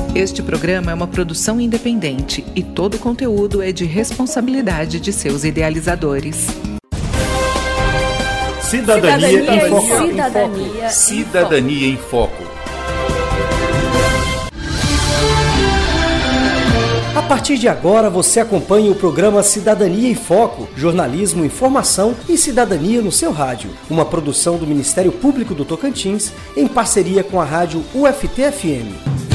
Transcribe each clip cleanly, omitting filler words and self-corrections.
Este programa é uma produção independente e todo o conteúdo é de responsabilidade de seus idealizadores. Cidadania em Foco. Cidadania em Foco. A partir de agora você acompanha o programa Cidadania em Foco, jornalismo, informação e cidadania no seu rádio. Uma produção do Ministério Público do Tocantins em parceria com a rádio UFT-FM.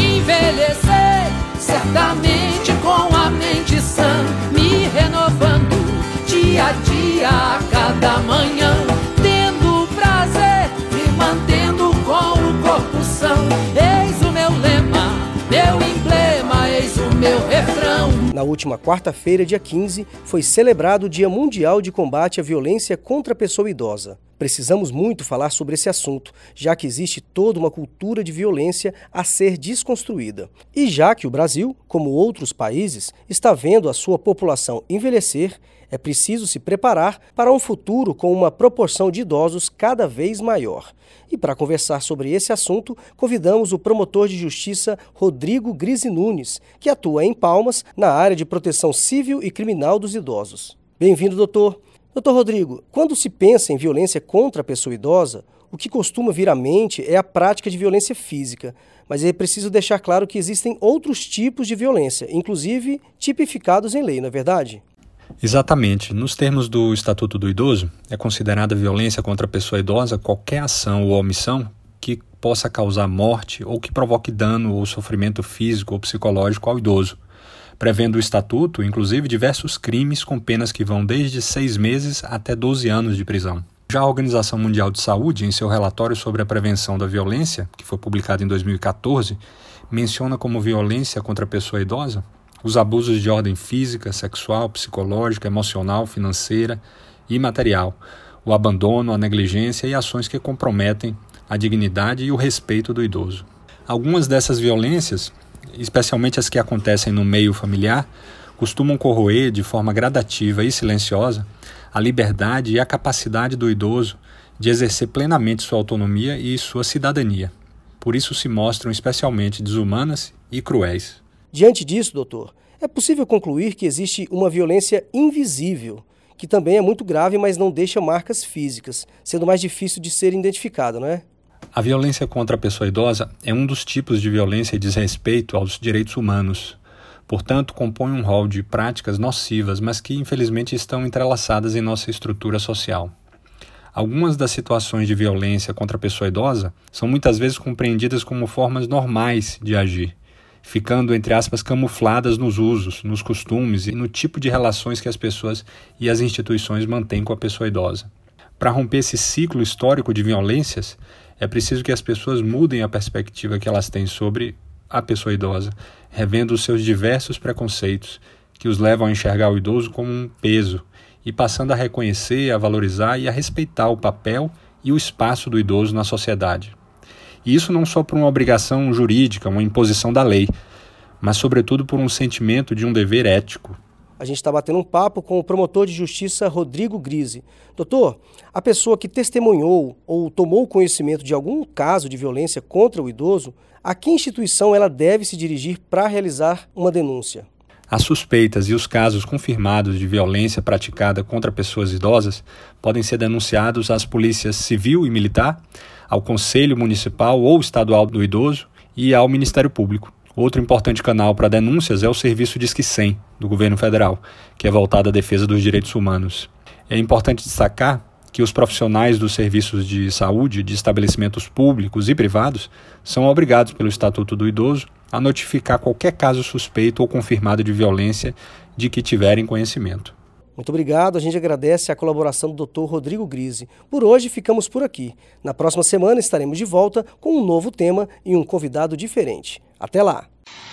Envelhecer certamente com a mente sã, me renovando dia a dia, a cada manhã, tendo prazer, me mantendo com o corpo são. Eis o meu lema, meu emblema, eis o meu refrão. Na última quarta-feira, dia 15, foi celebrado o Dia Mundial de Combate à Violência contra a Pessoa Idosa. Precisamos muito falar sobre esse assunto, já que existe toda uma cultura de violência a ser desconstruída. E já que o Brasil, como outros países, está vendo a sua população envelhecer, é preciso se preparar para um futuro com uma proporção de idosos cada vez maior. E para conversar sobre esse assunto, convidamos o promotor de justiça Rodrigo Grise Nunes, que atua em Palmas na área de proteção civil e criminal dos idosos. Bem-vindo, doutor. Doutor Rodrigo, quando se pensa em violência contra a pessoa idosa, o que costuma vir à mente é a prática de violência física, mas é preciso deixar claro que existem outros tipos de violência, inclusive tipificados em lei, não é verdade? Exatamente. Nos termos do Estatuto do Idoso, é considerada violência contra a pessoa idosa qualquer ação ou omissão que possa causar morte ou que provoque dano ou sofrimento físico ou psicológico ao idoso, prevendo o Estatuto, inclusive, diversos crimes com penas que vão desde 6 meses até 12 anos de prisão. Já a Organização Mundial de Saúde, em seu relatório sobre a prevenção da violência, que foi publicado em 2014, menciona como violência contra a pessoa idosa os abusos de ordem física, sexual, psicológica, emocional, financeira e material, o abandono, a negligência e ações que comprometem a dignidade e o respeito do idoso. Algumas dessas violências, especialmente as que acontecem no meio familiar, costumam corroer de forma gradativa e silenciosa a liberdade e a capacidade do idoso de exercer plenamente sua autonomia e sua cidadania. Por isso se mostram especialmente desumanas e cruéis. Diante disso, doutor, é possível concluir que existe uma violência invisível, que também é muito grave, mas não deixa marcas físicas, sendo mais difícil de ser identificada, não é? A violência contra a pessoa idosa é um dos tipos de violência e desrespeito aos direitos humanos. Portanto, compõe um rol de práticas nocivas, mas que infelizmente estão entrelaçadas em nossa estrutura social. Algumas das situações de violência contra a pessoa idosa são muitas vezes compreendidas como formas normais de agir, ficando, entre aspas, camufladas nos usos, nos costumes e no tipo de relações que as pessoas e as instituições mantêm com a pessoa idosa. Para romper esse ciclo histórico de violências, é preciso que as pessoas mudem a perspectiva que elas têm sobre a pessoa idosa, revendo os seus diversos preconceitos que os levam a enxergar o idoso como um peso e passando a reconhecer, a valorizar e a respeitar o papel e o espaço do idoso na sociedade. E isso não só por uma obrigação jurídica, uma imposição da lei, mas sobretudo por um sentimento de um dever ético. A gente está batendo um papo com o promotor de justiça Rodrigo Grise. Doutor, a pessoa que testemunhou ou tomou conhecimento de algum caso de violência contra o idoso, a que instituição ela deve se dirigir para realizar uma denúncia? As suspeitas e os casos confirmados de violência praticada contra pessoas idosas podem ser denunciados às polícias civil e militar, ao Conselho Municipal ou Estadual do Idoso e ao Ministério Público. Outro importante canal para denúncias é o Serviço Disque 100, do Governo Federal, que é voltado à defesa dos direitos humanos. É importante destacar que os profissionais dos serviços de saúde de estabelecimentos públicos e privados são obrigados pelo Estatuto do Idoso a notificar qualquer caso suspeito ou confirmado de violência de que tiverem conhecimento. Muito obrigado, a gente agradece a colaboração do Dr. Rodrigo Grise. Por hoje ficamos por aqui. Na próxima semana estaremos de volta com um novo tema e um convidado diferente. Até lá!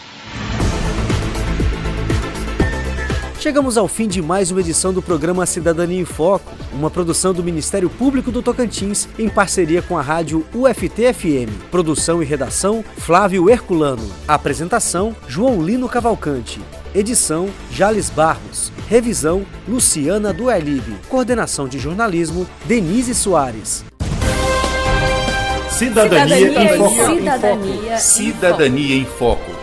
Chegamos ao fim de mais uma edição do programa Cidadania em Foco, uma produção do Ministério Público do Tocantins em parceria com a rádio UFT-FM. Produção e redação, Flávio Herculano. Apresentação, João Lino Cavalcante. Edição, Jales Barros. Revisão, Luciana Duelib. Coordenação de jornalismo, Denise Soares. Cidadania em Foco. Cidadania em Foco.